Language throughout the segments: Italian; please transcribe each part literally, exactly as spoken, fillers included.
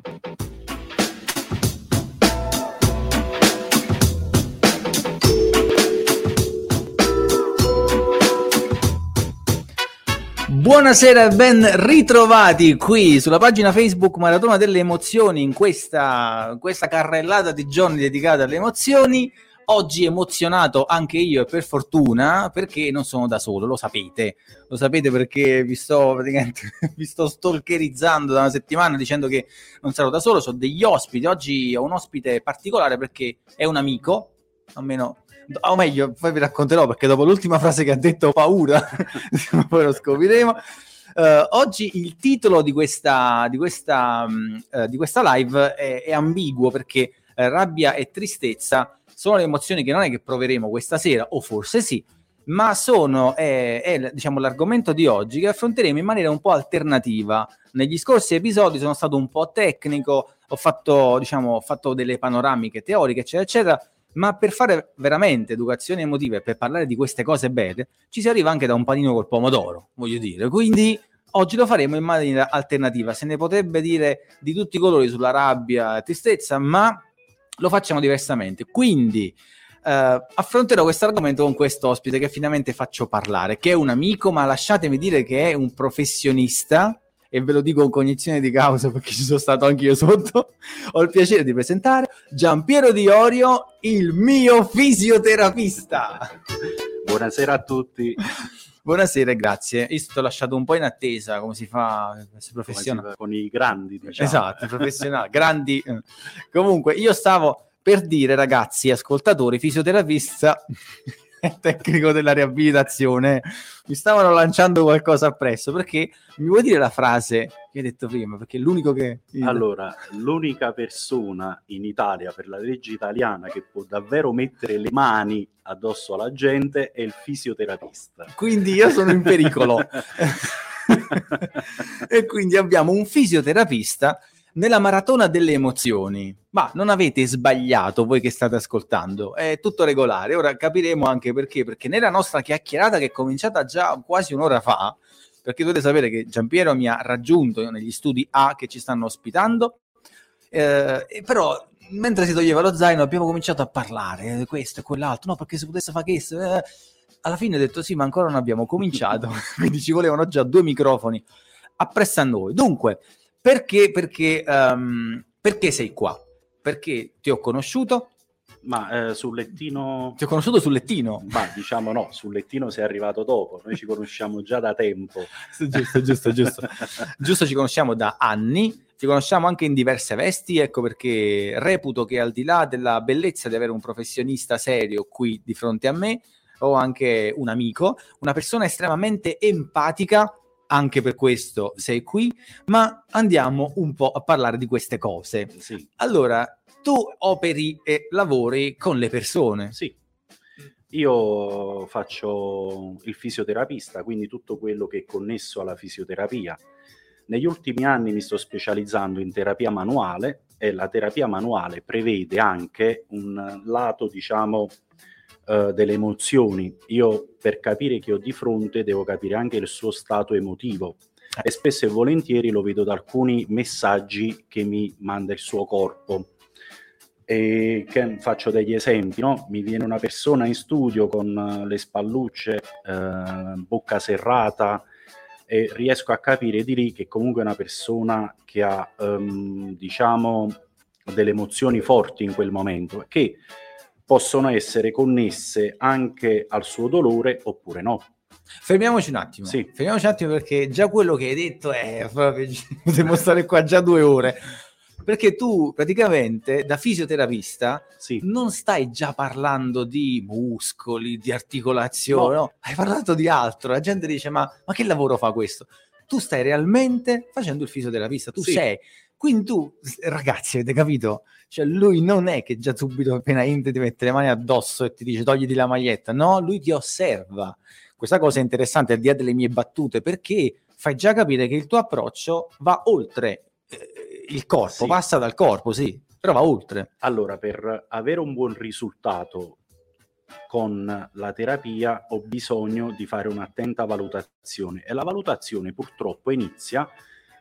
Buonasera e ben ritrovati qui sulla pagina Facebook Maratona delle Emozioni in questa, questa carrellata di giorni dedicata alle emozioni. Oggi emozionato anche io e per fortuna perché non sono da solo, lo sapete, lo sapete perché vi sto praticamente vi sto stalkerizzando da una settimana dicendo che non sarò da solo, ho degli ospiti. Oggi ho un ospite particolare perché è un amico, almeno... o meglio, poi vi racconterò perché dopo l'ultima frase che ha detto ho paura, poi lo scopriremo. Uh, oggi il titolo di questa, di questa, uh, di questa live è, è ambiguo perché uh, rabbia e tristezza sono le emozioni che non è che proveremo questa sera, o forse sì, ma sono è, è, diciamo, l'argomento di oggi che affronteremo in maniera un po' alternativa. Negli scorsi episodi sono stato un po' tecnico, ho fatto, diciamo, ho fatto delle panoramiche teoriche, eccetera, eccetera. Ma per fare veramente educazione emotiva e per parlare di queste cose belle ci si arriva anche da un panino col pomodoro, voglio dire. Quindi oggi lo faremo in maniera alternativa. Se ne potrebbe dire di tutti i colori sulla rabbia e tristezza, ma lo facciamo diversamente. Quindi eh, affronterò questo argomento con questo ospite che finalmente faccio parlare, che è un amico, ma lasciatemi dire che è un professionista, e ve lo dico con cognizione di causa perché ci sono stato anche io sotto. Ho il piacere di presentare Giampiero Di Iorio, il mio fisioterapista. Buonasera a tutti. Buonasera e grazie. Io sto lasciato un po' in attesa, come si fa, si professionale. Con i grandi, diciamo. Esatto, professionali, grandi. Comunque, io stavo per dire, ragazzi, ascoltatori, fisioterapista... tecnico della riabilitazione, mi stavano lanciando qualcosa appresso, perché mi vuoi dire la frase che hai detto prima, perché è l'unico che... Allora, l'unica persona in Italia per la legge italiana che può davvero mettere le mani addosso alla gente è il fisioterapista. Quindi io sono in pericolo. E quindi abbiamo un fisioterapista nella maratona delle emozioni. Ma non avete sbagliato voi che state ascoltando, è tutto regolare. Ora capiremo anche perché, perché nella nostra chiacchierata che è cominciata già quasi un'ora fa, perché dovete sapere che Giampiero mi ha raggiunto negli studi A che ci stanno ospitando, eh, però mentre si toglieva lo zaino abbiamo cominciato a parlare di questo e quell'altro, no perché se potesse fare questo, eh. Alla fine ho detto sì, ma ancora non abbiamo cominciato, quindi ci volevano già due microfoni appresso a noi. Dunque, Perché, perché, um, perché sei qua? Perché ti ho conosciuto? Ma eh, sul lettino... Ti ho conosciuto sul lettino? Ma diciamo no, sul lettino sei arrivato dopo, noi ci conosciamo già da tempo. Giusto, giusto, giusto. Giusto, ci conosciamo da anni, ci conosciamo anche in diverse vesti, ecco perché reputo che al di là della bellezza di avere un professionista serio qui di fronte a me, ho anche un amico, una persona estremamente empatica. Anche per questo sei qui, ma andiamo un po' a parlare di queste cose. Sì. Allora, tu operi e lavori con le persone. Sì, io faccio il fisioterapista, quindi tutto quello che è connesso alla fisioterapia. Negli ultimi anni mi sto specializzando in terapia manuale e la terapia manuale prevede anche un lato, diciamo, Uh, delle emozioni. Io per capire chi ho di fronte devo capire anche il suo stato emotivo e spesso e volentieri lo vedo da alcuni messaggi che mi manda il suo corpo. E che faccio degli esempi, no? Mi viene una persona in studio con uh, le spallucce, uh, bocca serrata, e riesco a capire di lì che comunque è una persona che ha um, diciamo delle emozioni forti in quel momento, che possono essere connesse anche al suo dolore oppure no. Fermiamoci un attimo. Sì. Fermiamoci un attimo perché già quello che hai detto è proprio potremmo stare qua già due ore. Perché tu praticamente da fisioterapista sì. non stai già parlando di muscoli, di articolazione, no. no, hai parlato di altro. La gente dice ma, ma che lavoro fa questo? Tu stai realmente facendo il fisioterapista, tu sì. sei. Quindi tu, ragazzi, avete capito? Cioè lui non è che già subito appena entri ti mette le mani addosso e ti dice togliti la maglietta, no, lui ti osserva. Questa cosa è interessante al di là delle mie battute perché fai già capire che il tuo approccio va oltre eh, il corpo, sì. Passa dal corpo, sì, però va oltre. Allora, per avere un buon risultato con la terapia ho bisogno di fare un'attenta valutazione e la valutazione purtroppo inizia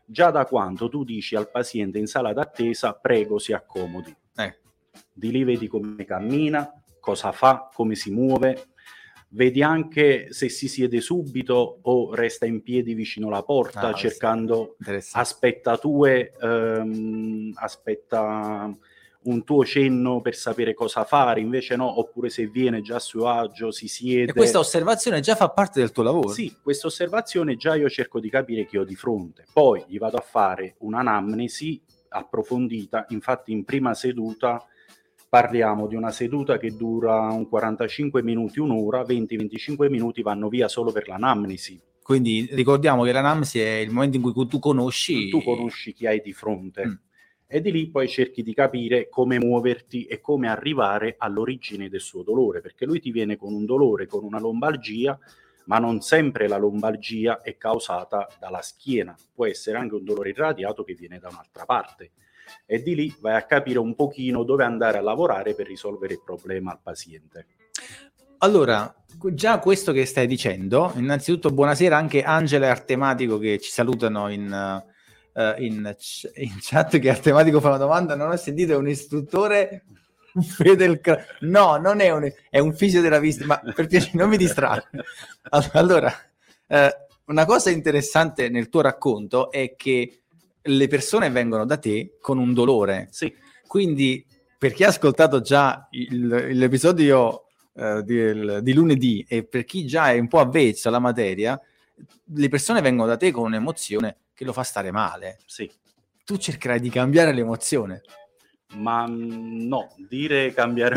già da quando tu dici al paziente in sala d'attesa prego si accomodi. Eh. Di lì vedi come cammina, cosa fa, come si muove, vedi anche se si siede subito o resta in piedi vicino alla porta, Ah, cercando, interessante. aspetta tue, ehm, aspetta un tuo cenno per sapere cosa fare, invece no, oppure se viene già a suo agio, si siede. E questa osservazione già fa parte del tuo lavoro? Sì, questa osservazione già io cerco di capire chi ho di fronte, poi gli vado a fare un'anamnesi approfondita, infatti in prima seduta parliamo di una seduta che dura un quarantacinque minuti, un'ora, venti venticinque minuti vanno via solo per l'anamnesi. Quindi ricordiamo che l'anamnesi è il momento in cui tu conosci... Tu conosci chi hai di fronte. Mm. E di lì poi cerchi di capire come muoverti e come arrivare all'origine del suo dolore, perché lui ti viene con un dolore, con una lombalgia, ma non sempre la lombalgia è causata dalla schiena, può essere anche un dolore irradiato che viene da un'altra parte. E di lì vai a capire un pochino dove andare a lavorare per risolvere il problema al paziente. Allora, già questo che stai dicendo, innanzitutto buonasera anche Angela e Artematico che ci salutano in... Uh, in, ch- in chat, che Artematico fa una domanda, non ho sentito, è un istruttore Fedel Cra- no, non è un, è un fisioterapista, ma per piacere non mi distrarre. Allora, eh, una cosa interessante nel tuo racconto è che le persone vengono da te con un dolore, sì. Quindi per chi ha ascoltato già il, l'episodio eh, di, di lunedì e per chi già è un po' avvezzo alla materia, le persone vengono da te con un'emozione che lo fa stare male. Sì. Tu cercherai di cambiare l'emozione. Ma no, dire cambiare...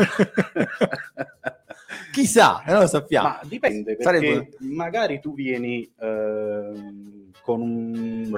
Chissà, non lo sappiamo. Ma dipende, perché Sarebbe... magari tu vieni eh, con un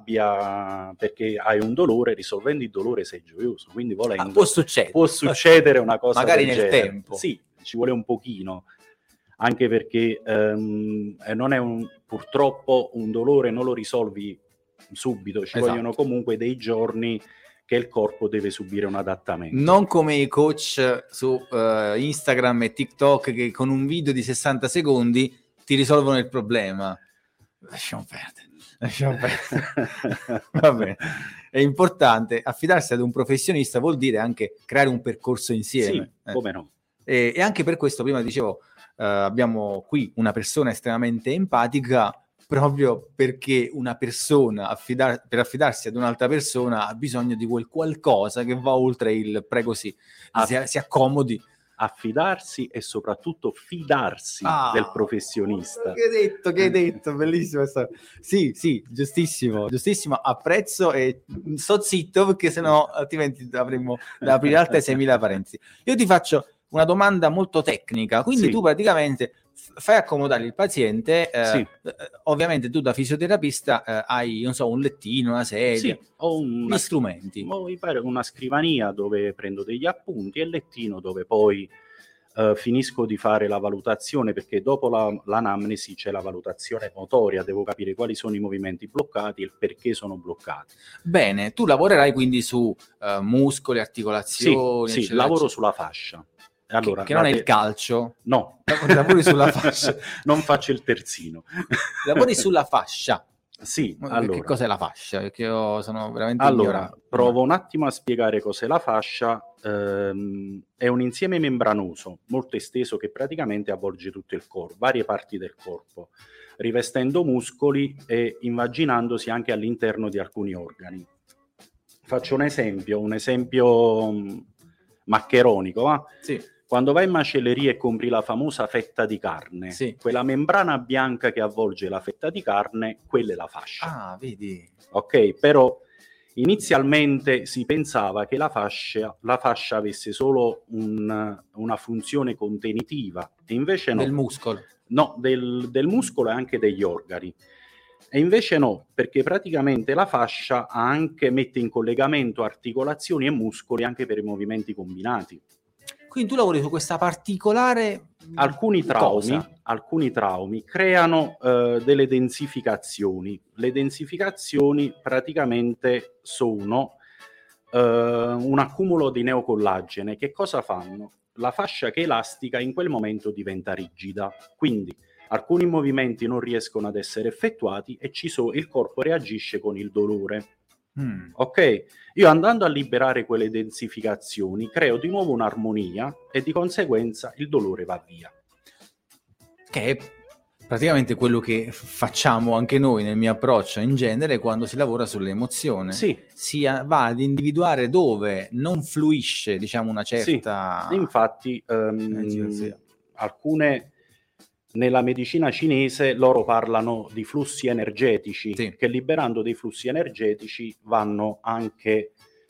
rabbia perché hai un dolore, risolvendo il dolore sei gioioso, quindi volendo... Ah, può succedere. Può succedere una cosa magari del nel genere. tempo. Sì, ci vuole un pochino. Anche perché ehm, non è un, purtroppo un dolore non lo risolvi subito, ci esatto. vogliono comunque dei giorni che il corpo deve subire un adattamento. Non come i coach su uh, Instagram e TikTok che con un video di sessanta secondi ti risolvono il problema. Lasciamo perdere. Lasciamo perdere. Va bene. È importante affidarsi ad un professionista, vuol dire anche creare un percorso insieme. Sì, come no. E, e anche per questo, prima dicevo, uh, abbiamo qui una persona estremamente empatica, proprio perché una persona affidar- per affidarsi ad un'altra persona ha bisogno di quel qualcosa che va oltre il prego sì, Aff- si, si accomodi. Affidarsi e soprattutto fidarsi ah, del professionista. Che hai detto, che hai detto, bellissimo questa... Sì, sì, giustissimo, giustissimo, apprezzo e sto zitto perché sennò altrimenti avremmo da aprire altre seimila parentesi. Io ti faccio una domanda molto tecnica, quindi sì. tu praticamente fai accomodare il paziente, eh, sì. eh, ovviamente tu da fisioterapista eh, hai, non so, un lettino, una sedia, sì, ho una, gli strumenti. Mi pare una scrivania dove prendo degli appunti e il lettino dove poi eh, finisco di fare la valutazione, perché dopo la, l'anamnesi c'è la valutazione motoria, devo capire quali sono i movimenti bloccati e il perché sono bloccati. Bene, tu lavorerai quindi su uh, muscoli, articolazioni, sì, sì, eccetera, lavoro eccetera. sulla fascia. Allora, che, che non te... è il calcio? No. Lavori sulla fascia. Non faccio il terzino. Lavori sulla fascia. Sì, che, allora. Che cos'è la fascia? Perché io sono veramente allora, ignorante. provo un attimo a spiegare cos'è la fascia. Ehm, è un insieme membranoso molto esteso che praticamente avvolge tutto il corpo, varie parti del corpo, rivestendo muscoli e invaginandosi anche all'interno di alcuni organi. Faccio un esempio, un esempio mh, maccheronico, eh? Sì. Quando vai in macelleria e compri la famosa fetta di carne, sì. quella membrana bianca che avvolge la fetta di carne, quella è la fascia. Ah, vedi. Ok, però inizialmente si pensava che la fascia, la fascia avesse solo un, una funzione contenitiva, e invece no. Del muscolo. No, del, del muscolo e anche degli organi. E invece no, perché praticamente la fascia anche mette in collegamento articolazioni e muscoli anche per i movimenti combinati. Quindi tu lavori su questa particolare alcuni traumi, cosa? alcuni traumi creano eh, delle densificazioni. Le densificazioni praticamente sono eh, un accumulo di neocollagene. Che cosa fanno? La fascia che è elastica in quel momento diventa rigida, quindi alcuni movimenti non riescono ad essere effettuati e ci so- il corpo reagisce con il dolore. Mm. Ok? Io andando a liberare quelle densificazioni creo di nuovo un'armonia e di conseguenza il dolore va via. Che è praticamente quello che facciamo anche noi nel mio approccio in genere quando si lavora sull'emozione. Sì. Si va ad individuare dove non fluisce, diciamo, una certa... Sì. Infatti, um, Eh, sì, sì. alcune... Nella medicina cinese loro parlano di flussi energetici, Sì. che liberando dei flussi energetici vanno anche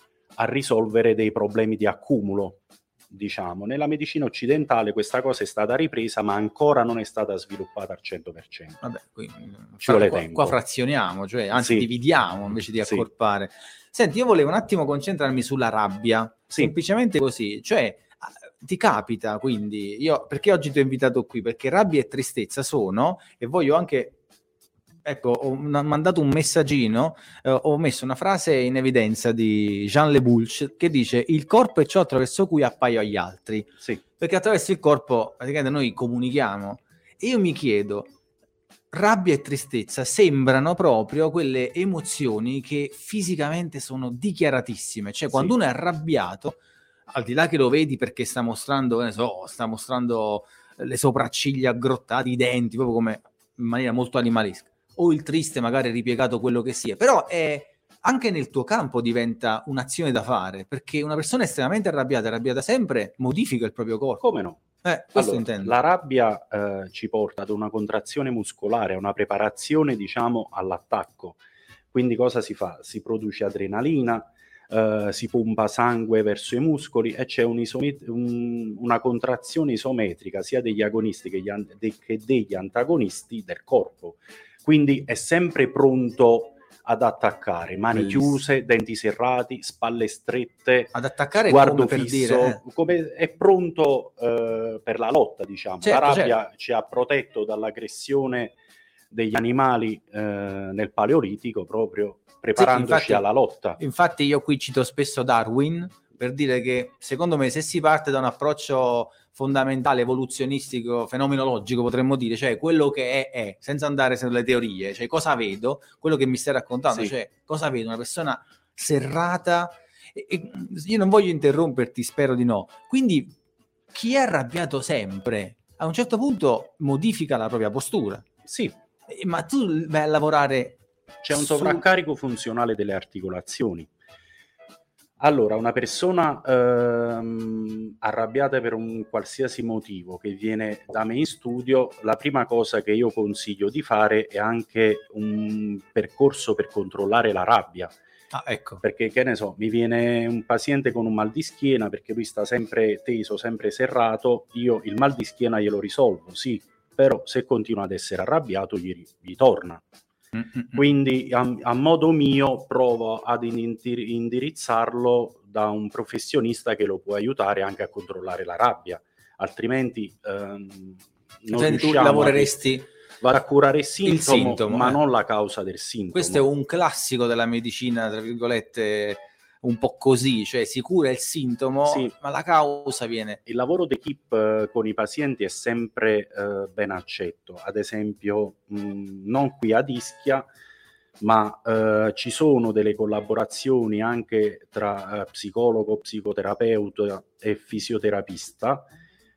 a risolvere dei problemi di accumulo, diciamo. Nella medicina occidentale questa cosa è stata ripresa, ma ancora non è stata sviluppata al cento per cento. Vabbè, qui, Ci vuole qua, tempo. qua frazioniamo, cioè anzi Sì. dividiamo invece di Sì. accorpare. Senti, io volevo un attimo concentrarmi sulla rabbia, Sì. semplicemente così, cioè ti capita, quindi io perché oggi ti ho invitato qui? Perché rabbia e tristezza sono, e voglio anche, ecco, ho una, mandato un messaggino, eh, ho messo una frase in evidenza di Jean Le Boulch che dice: il corpo è ciò attraverso cui appaio agli altri. Sì. Perché attraverso il corpo praticamente noi comunichiamo. E io mi chiedo, rabbia e tristezza sembrano proprio quelle emozioni che fisicamente sono dichiaratissime, cioè quando Sì. uno è arrabbiato, al di là che lo vedi perché sta mostrando, che ne so, sta mostrando le sopracciglia aggrottate, i denti, proprio come in maniera molto animalesca, o il triste magari ripiegato, quello che sia, però è, anche nel tuo campo diventa un'azione da fare, perché una persona estremamente arrabbiata, arrabbiata sempre, modifica il proprio corpo. Come no? Eh, questo allora, intendo. La rabbia eh, ci porta ad una contrazione muscolare, a una preparazione, diciamo, all'attacco. Quindi cosa si fa? Si produce adrenalina, Uh, si pompa sangue verso i muscoli e c'è un isomet- un, una contrazione isometrica sia degli agonisti che, gli an- de- che degli antagonisti del corpo. Quindi è sempre pronto ad attaccare, mani Bellissimo. chiuse, denti serrati, spalle strette, ad attaccare sguardo come per fisso, dire, eh. come è pronto uh, per la lotta, diciamo. Certo, la rabbia certo. ci ha protetto dall'aggressione degli animali eh, nel Paleolitico, proprio preparandoci sì, infatti, alla lotta. Infatti io qui cito spesso Darwin per dire che secondo me se si parte da un approccio fondamentale, evoluzionistico, fenomenologico potremmo dire, cioè quello che è è, senza andare sulle teorie, cioè cosa vedo, quello che mi stai raccontando, Sì. cioè cosa vedo, una persona serrata, e, e io non voglio interromperti, spero di no, quindi chi è arrabbiato sempre a un certo punto modifica la propria postura. Sì. Ma tu vai a lavorare, c'è un su... sovraccarico funzionale delle articolazioni. Allora, una persona ehm, arrabbiata per un qualsiasi motivo che viene da me in studio, la prima cosa che io consiglio di fare è anche un percorso per controllare la rabbia. Ah, ecco. Perché, che ne so, mi viene un paziente con un mal di schiena perché lui sta sempre teso, sempre serrato, io il mal di schiena glielo risolvo, sì, però se continua ad essere arrabbiato gli, gli torna. Mm-mm. Quindi a, a modo mio provo ad indirizzarlo da un professionista che lo può aiutare anche a controllare la rabbia, altrimenti ehm, non cioè, riusciamo tu lavoreresti a, vado a curare il sintomo, il sintomo ma eh. non la causa del sintomo. Questo è un classico della medicina, tra virgolette, un po' così, cioè si cura il sintomo, sì, ma la causa viene... Il lavoro d'equipe eh, con i pazienti è sempre eh, ben accetto, ad esempio mh, non qui ad Ischia, ma eh, ci sono delle collaborazioni anche tra eh, psicologo, psicoterapeuta e fisioterapista,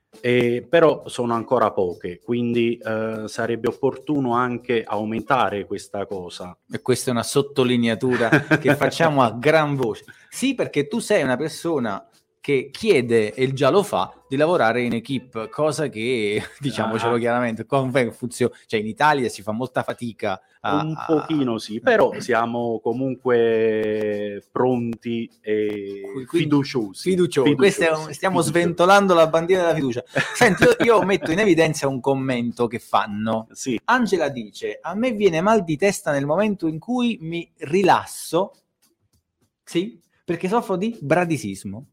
e però sono ancora poche, quindi eh, sarebbe opportuno anche aumentare questa cosa. E questa è una sottolineatura che facciamo a gran voce. Sì, perché tu sei una persona che chiede, e già lo fa, di lavorare in equipe, cosa che, diciamocelo ah. chiaramente, funziona. Cioè in Italia si fa molta fatica a... Un pochino sì, però siamo comunque pronti e fiduciosi. Fiduciosi. Fiduciosi. È un, stiamo fiduciosi. sventolando la bandiera della fiducia. Senti, io, io metto in evidenza un commento che fanno. Sì. Angela dice, a me viene mal di testa nel momento in cui mi rilasso, sì, perché soffro di bradisismo.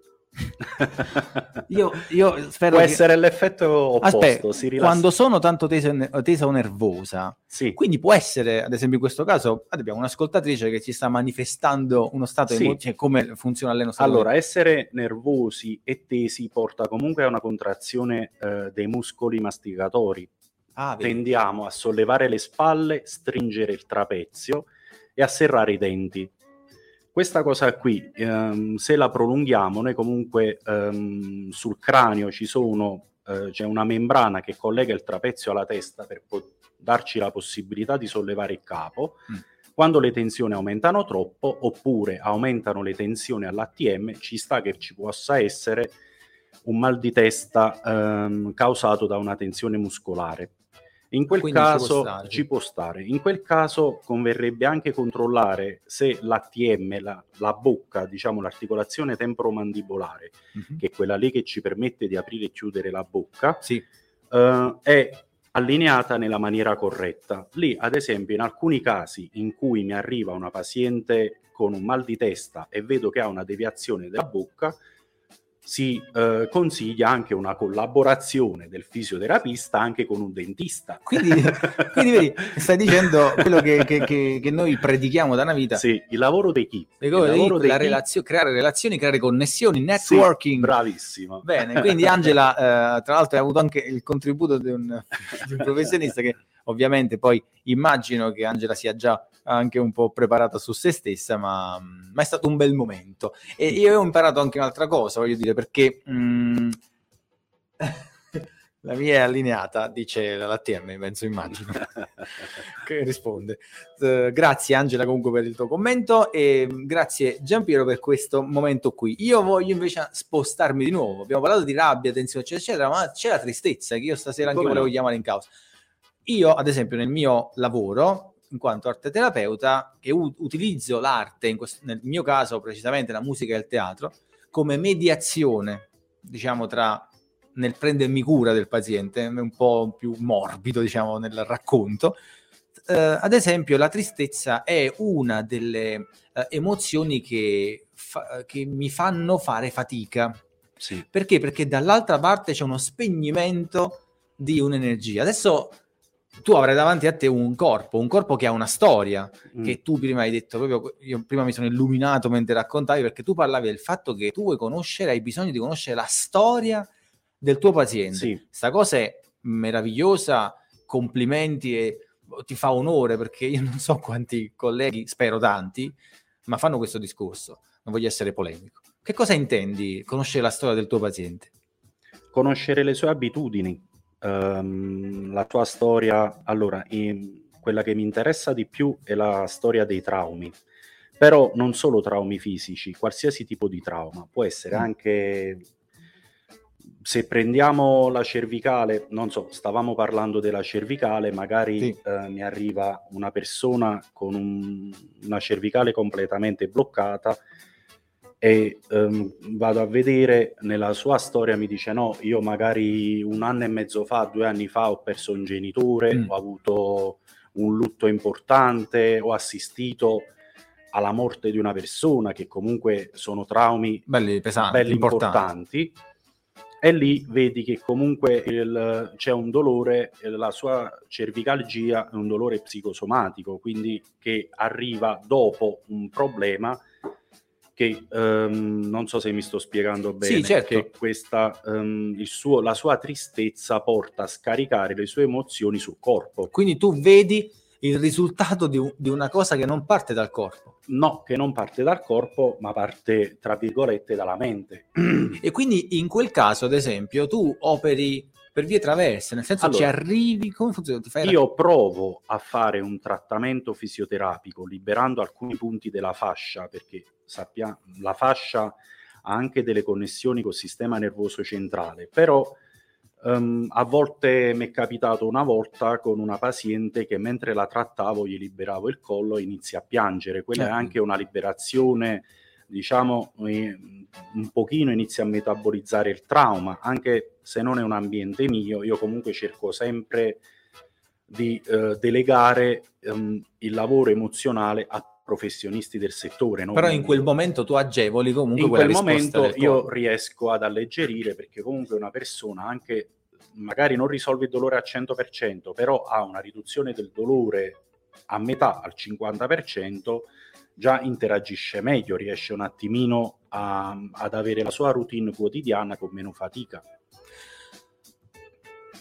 io, io spero può che... essere l'effetto opposto. Aspetta, si quando sono tanto tesa, tesa o nervosa, sì. Quindi può essere, ad esempio in questo caso abbiamo un'ascoltatrice che ci sta manifestando uno stato sì. emozionale, come funziona lei. Allora, essere nervosi e tesi porta comunque a una contrazione eh, dei muscoli masticatori, Ah, vedi. tendiamo a sollevare le spalle, stringere il trapezio e a serrare i denti. Questa cosa qui, ehm, se la prolunghiamo, noi comunque ehm, sul cranio ci sono, eh, c'è una membrana che collega il trapezio alla testa per po- darci la possibilità di sollevare il capo. Mm. Quando le tensioni aumentano troppo, oppure aumentano le tensioni all'A T M, ci sta che ci possa essere un mal di testa ehm, causato da una tensione muscolare. In quel Quindi ci può caso stare, ci sì. può stare. In quel caso converrebbe anche controllare se l'A T M, la, la bocca, diciamo l'articolazione temporomandibolare, Mhm. che è quella lì che ci permette di aprire e chiudere la bocca, Sì. eh, è allineata nella maniera corretta. Lì, ad esempio, in alcuni casi in cui mi arriva una paziente con un mal di testa e vedo che ha una deviazione della bocca, si eh, consiglia anche una collaborazione del fisioterapista anche con un dentista. Quindi, quindi vedi, stai dicendo quello che, che, che, che noi predichiamo da una vita. Sì, il lavoro d'equipe. Le Il cose di lavoro la d'equipe- relazio- creare relazioni, creare connessioni, Sì, networking. bravissimo. Bene, quindi Angela, eh, tra l'altro, ha avuto anche il contributo di un, di un professionista che ovviamente poi immagino che Angela sia già anche un po' preparata su se stessa, ma, ma è stato un bel momento. E io ho imparato anche un'altra cosa, voglio dire, perché mh, la mia è allineata, dice la T M, penso, immagino, che risponde. Uh, grazie Angela comunque per il tuo commento e grazie Giampiero per questo momento qui. Io voglio invece spostarmi di nuovo. Abbiamo parlato di rabbia, tensione, eccetera, eccetera, ma c'è la tristezza che io stasera anche Come volevo no? chiamare in causa. Io, ad esempio, nel mio lavoro, in quanto arteterapeuta, che u- utilizzo l'arte, in questo, nel mio caso precisamente la musica e il teatro, come mediazione, diciamo, tra nel prendermi cura del paziente, un po' più morbido, diciamo, nel racconto. Eh, ad esempio, la tristezza è una delle eh, emozioni che, fa- che mi fanno fare fatica. Sì. Perché? Perché dall'altra parte c'è uno spegnimento di un'energia. Adesso tu avrai davanti a te un corpo, un corpo che ha una storia, Mm. che tu prima hai detto, proprio io prima mi sono illuminato mentre raccontavi, perché tu parlavi del fatto che tu vuoi conoscere, hai bisogno di conoscere la storia del tuo paziente. Sì. Sta cosa è meravigliosa, complimenti e ti fa onore, perché io non so quanti colleghi, spero tanti, ma fanno questo discorso. Non voglio essere polemico. Che cosa intendi conoscere la storia del tuo paziente? Conoscere le sue abitudini, ehm, la tua storia. Allora, in- quella che mi interessa di più è la storia dei traumi, però non solo traumi fisici, qualsiasi tipo di trauma, può essere Mm. anche, se prendiamo la cervicale, non so, stavamo parlando della cervicale, magari Sì. eh, mi arriva una persona con un- una cervicale completamente bloccata e ehm, vado a vedere nella sua storia, mi dice no, io magari un anno e mezzo fa, due anni fa ho perso un genitore, Mm. ho avuto un lutto importante, ho assistito alla morte di una persona, che comunque sono traumi Belli, pesanti, belli importanti. importanti, e lì vedi che comunque il- c'è un dolore, eh, la sua cervicalgia è un dolore psicosomatico, quindi che arriva dopo un problema che ehm, non so se mi sto spiegando bene, Sì, certo. che questa, ehm, il suo, la sua tristezza porta a scaricare le sue emozioni sul corpo. Quindi tu vedi il risultato di, un- di una cosa che non parte dal corpo. No, che non parte dal corpo, ma parte, tra virgolette, dalla mente. E quindi in quel caso, ad esempio, tu operi per vie traverse, nel senso Allora, ci arrivi, come funziona? Ti fai io provo a fare un trattamento fisioterapico liberando alcuni punti della fascia, perché sappiamo la fascia ha anche delle connessioni col sistema nervoso centrale, però um, a volte mi è capitato una volta con una paziente che mentre la trattavo gli liberavo il collo e inizia a piangere. Quella Eh. è anche una liberazione, diciamo, eh, un pochino inizia a metabolizzare il trauma, anche se non è un ambiente mio, io comunque cerco sempre di eh, delegare ehm, il lavoro emozionale a professionisti del settore. No? Però in quel momento tu agevoli comunque In quella quel risposta momento del io corpo. riesco ad alleggerire, perché comunque una persona anche magari non risolve il dolore al cento per cento, però ha una riduzione del dolore a metà, al cinquanta per cento, già interagisce meglio, riesce un attimino a, ad avere la sua routine quotidiana con meno fatica.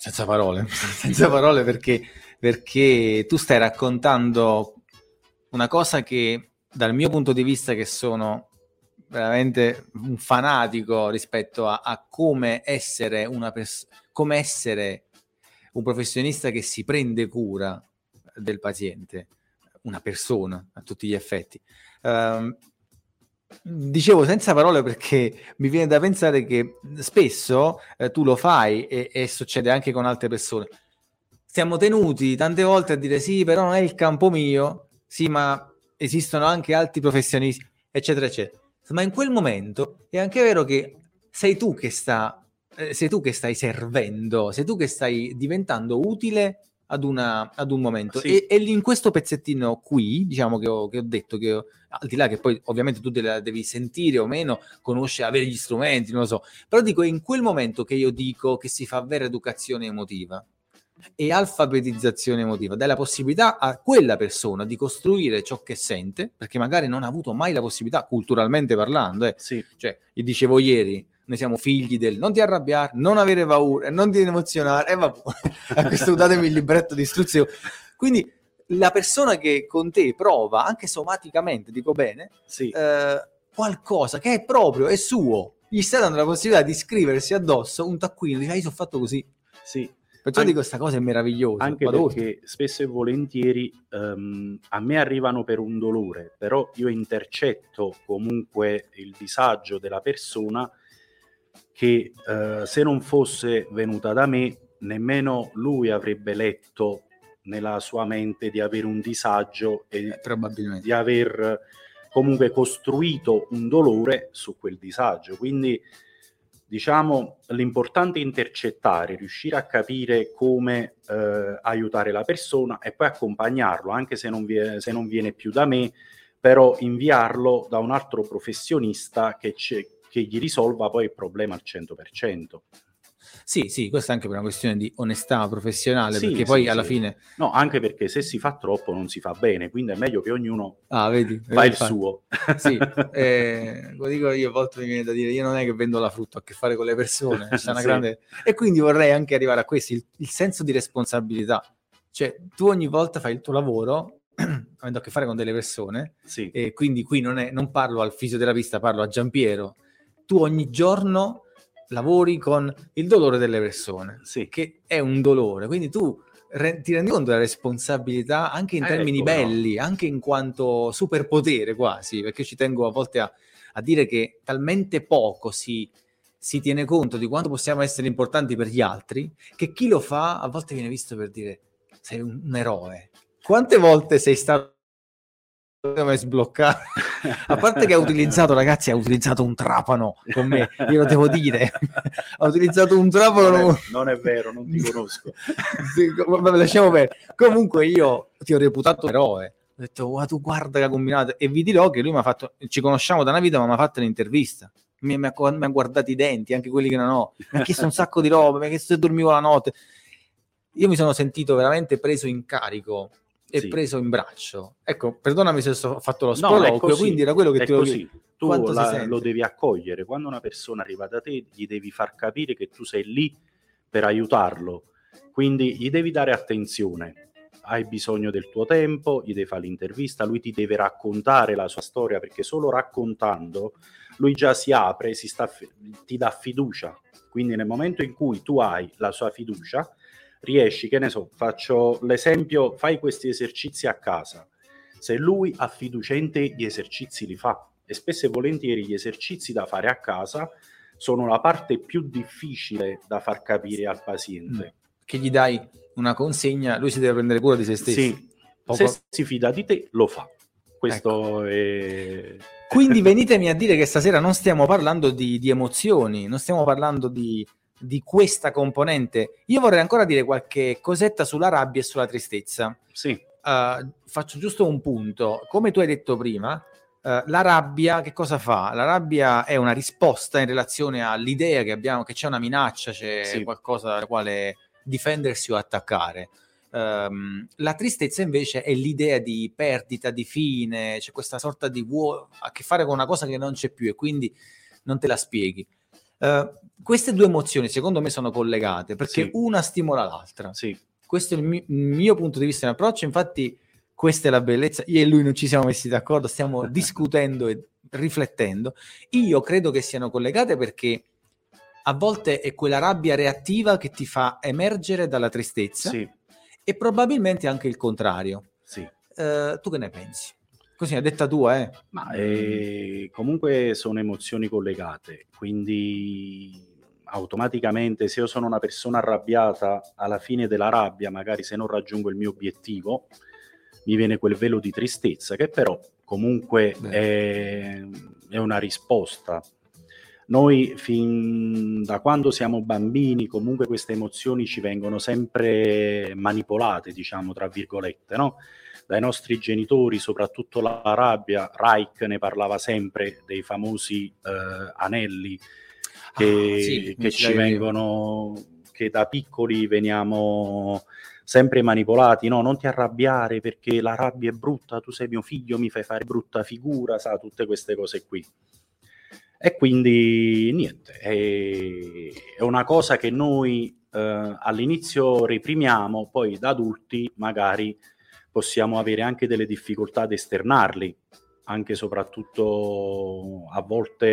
senza parole, senza parole perché, perché tu stai raccontando una cosa che dal mio punto di vista, che sono veramente un fanatico rispetto a, a come essere una pers- come essere un professionista che si prende cura del paziente, una persona a tutti gli effetti. Um, dicevo senza parole perché mi viene da pensare che spesso eh, tu lo fai e, e succede anche con altre persone. Siamo tenuti tante volte a dire sì, però non è il campo mio, sì, ma esistono anche altri professionisti, eccetera, eccetera. Ma in quel momento è anche vero che sei tu che sta, eh, sei tu che stai servendo, sei tu che stai diventando utile ad, una, ad un momento. Sì. E, e in questo pezzettino qui, diciamo che ho, che ho detto, che ho, al di là che poi ovviamente tu te la devi sentire o meno, conoscere, avere gli strumenti, non lo so, però dico è in quel momento che io dico che si fa vera educazione emotiva e alfabetizzazione emotiva, dai la possibilità a quella persona di costruire ciò che sente, perché magari non ha avuto mai la possibilità, culturalmente parlando, eh. Sì. Cioè, gli dicevo ieri, noi siamo figli del non ti arrabbiare, non avere paura, non ti emozionare, e eh, vabbè, a questo datemi il libretto di istruzione. Quindi la persona che con te prova, anche somaticamente, dico bene, sì. eh, qualcosa che è proprio, è suo, gli stai dando la possibilità di scriversi addosso un taccuino, dice, ah, io sono fatto così. Sì. Perciò An- dico, questa cosa è meravigliosa. Anche Vado perché oltre. spesso e volentieri um, a me arrivano per un dolore, però io intercetto comunque il disagio della persona che uh, se non fosse venuta da me, nemmeno lui avrebbe letto nella sua mente di avere un disagio e eh, probabilmente. di aver comunque costruito un dolore su quel disagio. Quindi diciamo l'importante è intercettare, riuscire a capire come eh, aiutare la persona e poi accompagnarlo, anche se non, viene, se non viene più da me, però inviarlo da un altro professionista che, che gli risolva poi il problema al cento per cento. Sì, sì, questo è anche per una questione di onestà professionale, sì, perché sì, poi alla sì. fine... No, anche perché se si fa troppo non si fa bene, quindi è meglio che ognuno ah, vedi, fa vedi, il infatti. suo. Sì, eh, lo dico io, a volte mi viene da dire, io non è che vendo la frutta, ho a che fare con le persone, c'è una sì. grande... E quindi vorrei anche arrivare a questo, il, il senso di responsabilità. Cioè, tu ogni volta fai il tuo lavoro, avendo a che fare con delle persone, sì. e quindi qui non, è, non parlo al fisioterapista, parlo a Giampiero. Tu ogni giorno lavori con il dolore delle persone, sì. che è un dolore, quindi tu re- ti rendi conto della responsabilità anche in eh, termini ecco, belli, no. anche in quanto superpotere quasi, perché ci tengo a volte a, a dire che talmente poco si, si tiene conto di quanto possiamo essere importanti per gli altri, che chi lo fa a volte viene visto per dire sei un, un eroe. Quante volte sei stato mai sbloccato? A parte che ha utilizzato, ragazzi, ha utilizzato un trapano con me, glielo devo dire. Ha utilizzato un trapano. Non è, non è vero, non ti conosco. Sì, vabbè, lasciamo perdere. Comunque io ti ho reputato eroe. Ho detto, oh, tu guarda che ha combinato. E vi dirò che lui mi ha fatto, ci conosciamo da una vita, ma mi ha fatto un'intervista. Mi, mi, ha, mi ha guardato i denti, anche quelli che non ho. Mi ha chiesto un sacco di roba, mi ha chiesto se dormivo la notte. Io mi sono sentito veramente preso in carico e sì. preso in braccio. Ecco, perdonami se ho fatto lo no, sproloquio, così, quindi era quello che è ti volevo così. dire. Tu Quanto la, si sente? lo devi accogliere. Quando una persona arriva da te, gli devi far capire che tu sei lì per aiutarlo. Quindi gli devi dare attenzione. Hai bisogno del tuo tempo, gli devi fare l'intervista, lui ti deve raccontare la sua storia, perché solo raccontando lui già si apre, si sta, ti dà fiducia. Quindi nel momento in cui tu hai la sua fiducia, riesci, che ne so, faccio l'esempio, fai questi esercizi a casa. Se lui ha fiducia in te, gli esercizi li fa. E spesso e volentieri gli esercizi da fare a casa sono la parte più difficile da far capire al paziente. Che gli dai una consegna, lui si deve prendere cura di se stesso. Sì, Poco... se si fida di te, lo fa. Questo ecco. è... Quindi venitemi a dire che stasera non stiamo parlando di, di emozioni, non stiamo parlando di, di questa componente. Io vorrei ancora dire qualche cosetta sulla rabbia e sulla tristezza. Sì. Uh, faccio giusto un punto. Come tu hai detto prima, uh, la rabbia che cosa fa? La rabbia è una risposta in relazione all'idea che abbiamo, che c'è una minaccia, c'è sì. qualcosa dalla quale difendersi o attaccare. Um, la tristezza invece è l'idea di perdita, di fine, c'è questa sorta di vuoto, a che fare con una cosa che non c'è più e quindi non te la spieghi. Uh, queste due emozioni secondo me sono collegate perché Sì. una stimola l'altra. Sì. Questo è il mio, il mio punto di vista in approccio, infatti questa è la bellezza. Io e lui non ci siamo messi d'accordo, stiamo discutendo e riflettendo. Io credo che siano collegate perché a volte è quella rabbia reattiva che ti fa emergere dalla tristezza, Sì. e probabilmente anche il contrario. Sì. Uh, tu che ne pensi? Così è detta tua, eh? Ma eh, comunque sono emozioni collegate, quindi automaticamente se io sono una persona arrabbiata, alla fine della rabbia, magari se non raggiungo il mio obiettivo, mi viene quel velo di tristezza che però comunque è, è una risposta. Noi fin da quando siamo bambini comunque queste emozioni ci vengono sempre manipolate, diciamo tra virgolette, no? Dai nostri genitori, soprattutto la rabbia. Reich ne parlava sempre dei famosi eh, anelli che, ah, sì, che ci vengono, che da piccoli veniamo sempre manipolati, no, non ti arrabbiare perché la rabbia è brutta, tu sei mio figlio, mi fai fare brutta figura, sa, tutte queste cose qui. E quindi niente, è, è una cosa che noi eh, all'inizio reprimiamo, poi da adulti magari possiamo avere anche delle difficoltà ad esternarli, anche soprattutto a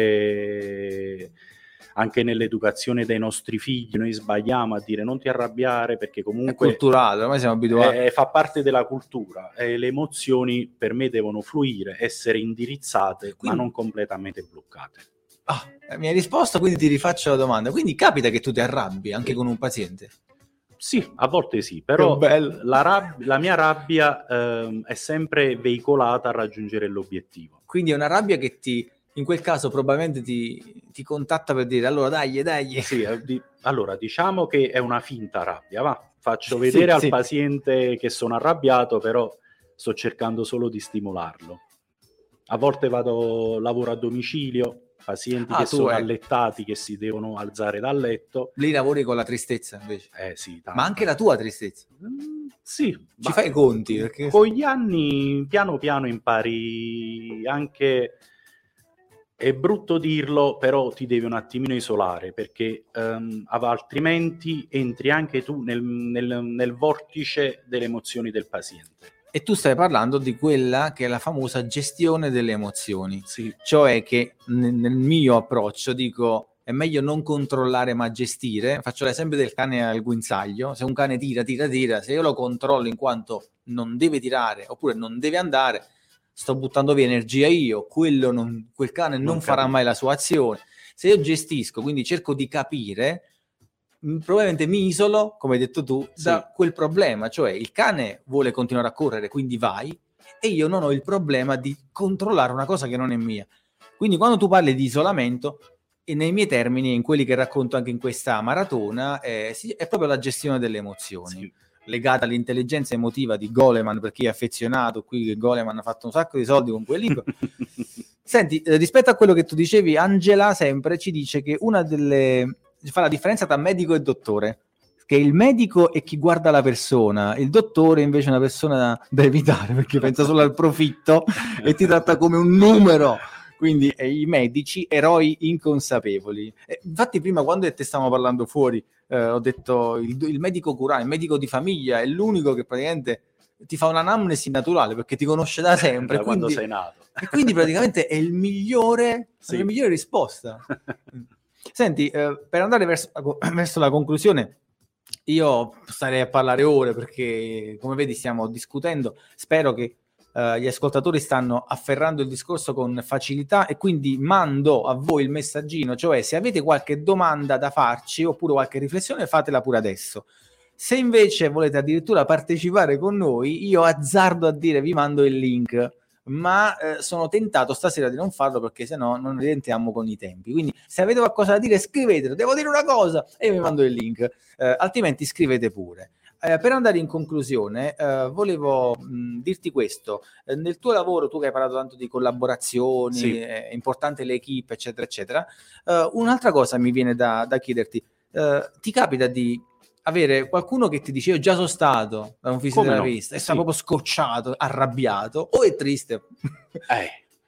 volte anche nell'educazione dei nostri figli noi sbagliamo a dire non ti arrabbiare perché comunque è culturale, ormai siamo abituati, è, fa parte della cultura e le emozioni per me devono fluire, essere indirizzate, quindi, ma non completamente bloccate. Ah, mi hai risposto, quindi ti rifaccio la domanda. Quindi capita che tu ti arrabbi anche con un paziente? Sì, a volte sì, però la, rab- la mia rabbia ehm, è sempre veicolata a raggiungere l'obiettivo. Quindi è una rabbia che ti, in quel caso probabilmente ti, ti contatta per dire allora dai, dai. Sì, di- allora diciamo che è una finta rabbia, va, faccio vedere sì, al sì. paziente che sono arrabbiato, però sto cercando solo di stimolarlo. A volte vado, lavoro a domicilio, pazienti ah, che sono è. allettati, che si devono alzare dal letto. Lì lavori con la tristezza invece? Eh sì, tanta. Ma anche la tua tristezza? Mm, sì. Ci fai i conti? Perché... Con gli anni, piano piano impari anche... È brutto dirlo, però ti devi un attimino isolare, perché um, altrimenti entri anche tu nel, nel, nel vortice delle emozioni del paziente. E tu stai parlando di quella che è la famosa gestione delle emozioni, sì. Cioè che nel, nel mio approccio dico è meglio non controllare ma gestire. Faccio l'esempio del cane al guinzaglio: se un cane tira, tira, tira, se io lo controllo in quanto non deve tirare oppure non deve andare, sto buttando via energia io, quello non, quel cane non, non farà mai la sua azione. Se io gestisco, quindi cerco di capire, probabilmente mi isolo, come hai detto tu, sì. da quel problema, cioè il cane vuole continuare a correre, quindi vai, e io non ho il problema di controllare una cosa che non è mia. Quindi quando tu parli di isolamento, e nei miei termini, in quelli che racconto anche in questa maratona, eh, sì, è proprio la gestione delle emozioni, sì. legata all'intelligenza emotiva di Goleman, per chi è affezionato qui, che Goleman ha fatto un sacco di soldi con quel libro. Senti, eh, rispetto a quello che tu dicevi, Angela sempre ci dice che una delle... fa la differenza tra medico e dottore, che il medico è chi guarda la persona, il dottore invece è una persona da, da evitare, perché pensa solo al profitto e ti tratta come un numero. Quindi eh, i medici, eroi inconsapevoli. Eh, infatti prima quando te stavamo parlando fuori, eh, ho detto il, il medico curante, il medico di famiglia è l'unico che praticamente ti fa un'anamnesi naturale perché ti conosce da sempre. Da quindi, quando sei nato. E quindi praticamente è il migliore, sì. la migliore risposta. Senti, eh, per andare verso, verso la conclusione, io starei a parlare ore perché, come vedi, stiamo discutendo. Spero che uh, gli ascoltatori stanno afferrando il discorso con facilità e quindi mando a voi il messaggino, cioè se avete qualche domanda da farci oppure qualche riflessione, fatela pure adesso. Se invece volete addirittura partecipare con noi, io azzardo a dire vi mando il link, ma eh, sono tentato stasera di non farlo perché sennò non rientriamo con i tempi. Quindi se avete qualcosa da dire scrivetelo, devo dire una cosa e io vi mando il link, eh, altrimenti scrivete pure. Eh, per andare in conclusione, eh, volevo mh, dirti questo: eh, nel tuo lavoro, tu che hai parlato tanto di collaborazioni, sì. è importante l'equipe eccetera eccetera, eh, un'altra cosa mi viene da, da chiederti, eh, ti capita di avere qualcuno che ti dice io già sono stato da un fisioterapista no? e sì. sta proprio scocciato, arrabbiato o è triste? Eh,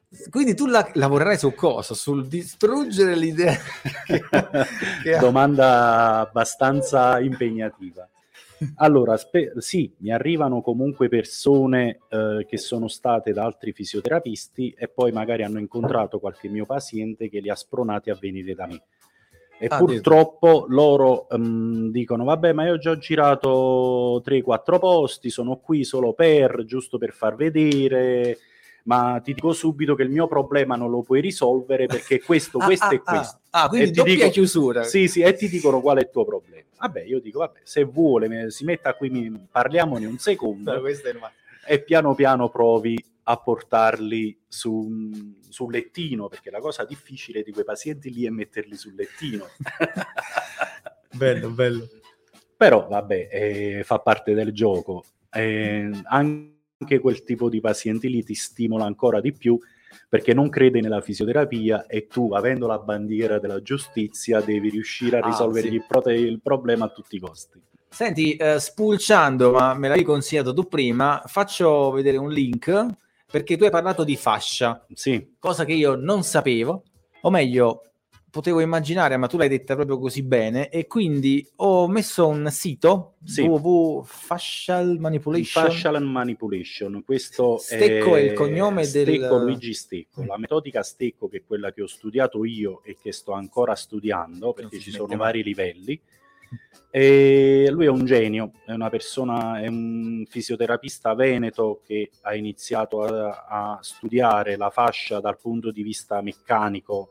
Quindi tu la- lavorerai su cosa? Sul distruggere l'idea? che, che ha... Domanda abbastanza impegnativa. Allora, spe- sì, mi arrivano comunque persone eh, che sono state da altri fisioterapisti e poi magari hanno incontrato qualche mio paziente che li ha spronati a venire da me. E Ah, purtroppo loro um, dicono: vabbè, ma io ho già girato tre quattro posti, sono qui solo per, giusto per far vedere, ma ti dico subito che il mio problema non lo puoi risolvere perché questo, ah, questo ah, e questo. Ah, ah quindi e doppia dico, chiusura. Sì, sì, e ti dicono qual è il tuo problema. Vabbè, io dico, vabbè, se vuole me, si metta qui, mi, parliamone un secondo no, questo è il... e piano piano provi a portarli su, sul lettino, perché la cosa difficile di quei pazienti lì è metterli sul lettino. bello, bello. Però vabbè, eh, fa parte del gioco. Eh, anche quel tipo di pazienti lì ti stimola ancora di più, perché non crede nella fisioterapia e tu, avendo la bandiera della giustizia, devi riuscire a risolvergli ah, sì. il, pro- il problema a tutti i costi. Senti, eh, spulciando, ma me l'avevi consigliato tu prima, faccio vedere un link, perché tu hai parlato di fascia, sì. Cosa che io non sapevo, o meglio, potevo immaginare, ma tu l'hai detta proprio così bene, e quindi ho messo un sito, sì. w w w punto fascial manipulation. Fascial Manipulation, questo Stecco è, è il cognome Stecco, del... Luigi Stecco. La metodica Stecco, che è quella che ho studiato io e che sto ancora studiando, perché ci sono vari livelli. E lui è un genio, è una persona, è un fisioterapista veneto che ha iniziato a, a studiare la fascia dal punto di vista meccanico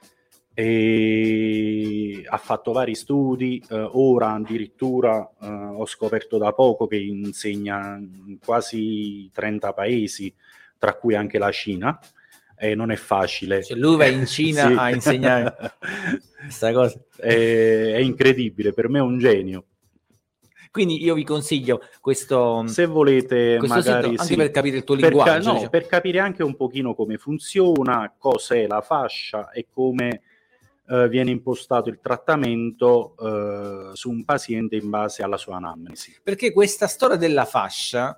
e ha fatto vari studi. Eh, ora addirittura eh, ho scoperto da poco che insegna in quasi trenta paesi, tra cui anche la Cina. E non è facile. Cioè lui va in Cina sì. a insegnare questa cosa. È, è incredibile, per me è un genio. Quindi io vi consiglio questo, se volete, questo magari sito, anche sì, per capire il tuo per linguaggio. Ca- no, diciamo. per capire anche un pochino come funziona, cos'è la fascia e come eh, viene impostato il trattamento eh, su un paziente in base alla sua anamnesi. Perché questa storia della fascia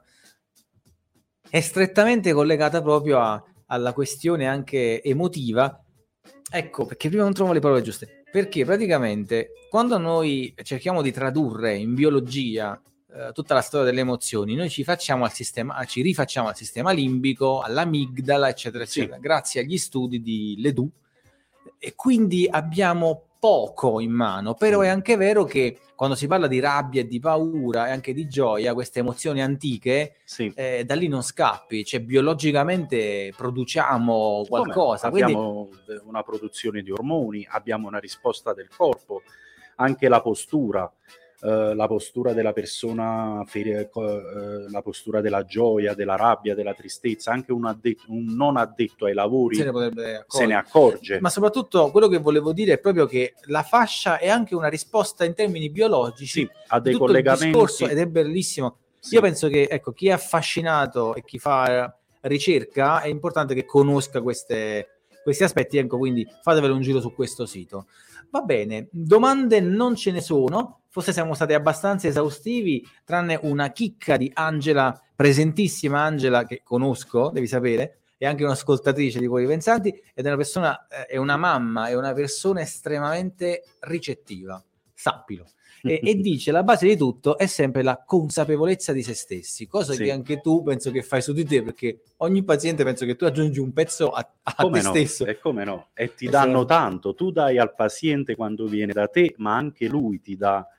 è strettamente collegata proprio a, alla questione anche emotiva. Ecco, perché prima non trovo le parole giuste. Perché praticamente quando noi cerchiamo di tradurre in biologia eh, tutta la storia delle emozioni, noi ci facciamo al sistema, ci rifacciamo al sistema limbico, all'amigdala, eccetera, eccetera, sì. Grazie agli studi di Ledoux. E quindi abbiamo poco in mano, però è anche vero che quando si parla di rabbia e di paura e anche di gioia, queste emozioni antiche, sì. eh, da lì non scappi, cioè biologicamente produciamo qualcosa. Come? Abbiamo quindi... una produzione di ormoni, abbiamo una risposta del corpo, anche la postura. Uh, la postura della persona, uh, la postura della gioia, della rabbia, della tristezza, anche un, addetto, un non addetto ai lavori se ne, se ne accorge. Ma soprattutto quello che volevo dire è proprio che la fascia è anche una risposta in termini biologici, sì, ha dei tutto collegamenti. Il discorso, ed è bellissimo. Sì. Io penso che ecco, chi è affascinato e chi fa ricerca è importante che conosca queste, questi aspetti, ecco, quindi fatevelo un giro su questo sito. Va bene, domande non ce ne sono, forse siamo stati abbastanza esaustivi, tranne una chicca di Angela, presentissima Angela, che conosco, devi sapere, è anche un'ascoltatrice di Cuori Pensanti, ed è una persona, eh, è una mamma, è una persona estremamente ricettiva, sappilo. E, e dice la base di tutto è sempre la consapevolezza di se stessi, cosa sì. che anche tu penso che fai su di te, perché ogni paziente penso che tu aggiungi un pezzo a, a come te no, stesso. E come no, e ti e danno se... tanto, tu dai al paziente quando viene da te, ma anche lui ti dà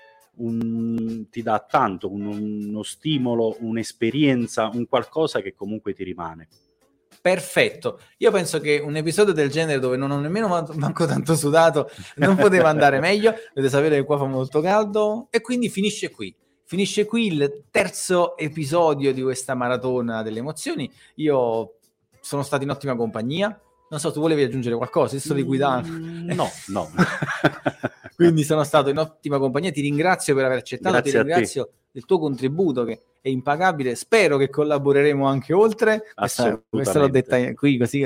un, ti dà tanto, un, uno stimolo, un'esperienza, un qualcosa che comunque ti rimane. Perfetto, io penso che un episodio del genere, dove non ho nemmeno manco tanto sudato, non poteva andare meglio. Dovete sapere che qua fa molto caldo, e quindi finisce qui finisce qui il terzo episodio di questa maratona delle emozioni. Io sono stato in ottima compagnia, non so, tu volevi aggiungere qualcosa? Sto liquidando. Mm, no, no. Quindi sono stato in ottima compagnia, ti ringrazio per aver accettato, Grazie ti ringrazio del tuo contributo che è impagabile, spero che collaboreremo anche oltre, questa, questa l'ho detta qui così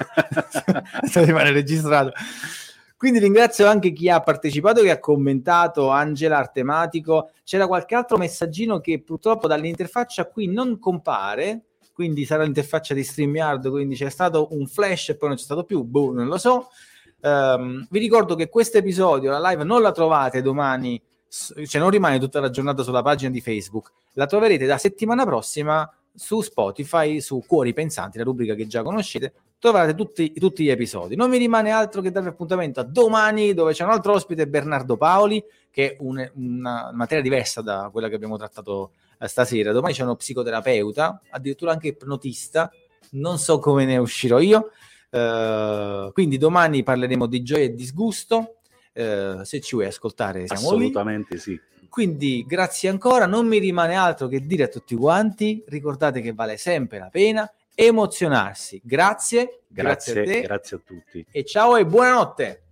rimane registrato. Quindi ringrazio anche chi ha partecipato, che ha commentato, Angela Artematico. C'era qualche altro messaggino che purtroppo dall'interfaccia qui non compare, quindi sarà l'interfaccia di StreamYard, quindi c'è stato un flash e poi non c'è stato più, boh, non lo so. Um, vi ricordo che questo episodio, la live, non la trovate domani, cioè non rimane tutta la giornata sulla pagina di Facebook, la troverete da settimana prossima su Spotify, su Cuori Pensanti, la rubrica che già conoscete, troverete tutti, tutti gli episodi. Non mi rimane altro che darvi appuntamento a domani, dove c'è un altro ospite, Bernardo Paoli, che è un, una materia diversa da quella che abbiamo trattato stasera. Domani c'è uno psicoterapeuta, addirittura anche ipnotista, non so come ne uscirò io. Uh, quindi domani parleremo di gioia e disgusto. Uh, se ci vuoi ascoltare, siamo assolutamente lì. Sì. Quindi grazie ancora, non mi rimane altro che dire a tutti quanti, ricordate che vale sempre la pena emozionarsi. Grazie, grazie, grazie a te, grazie a tutti e ciao e buonanotte.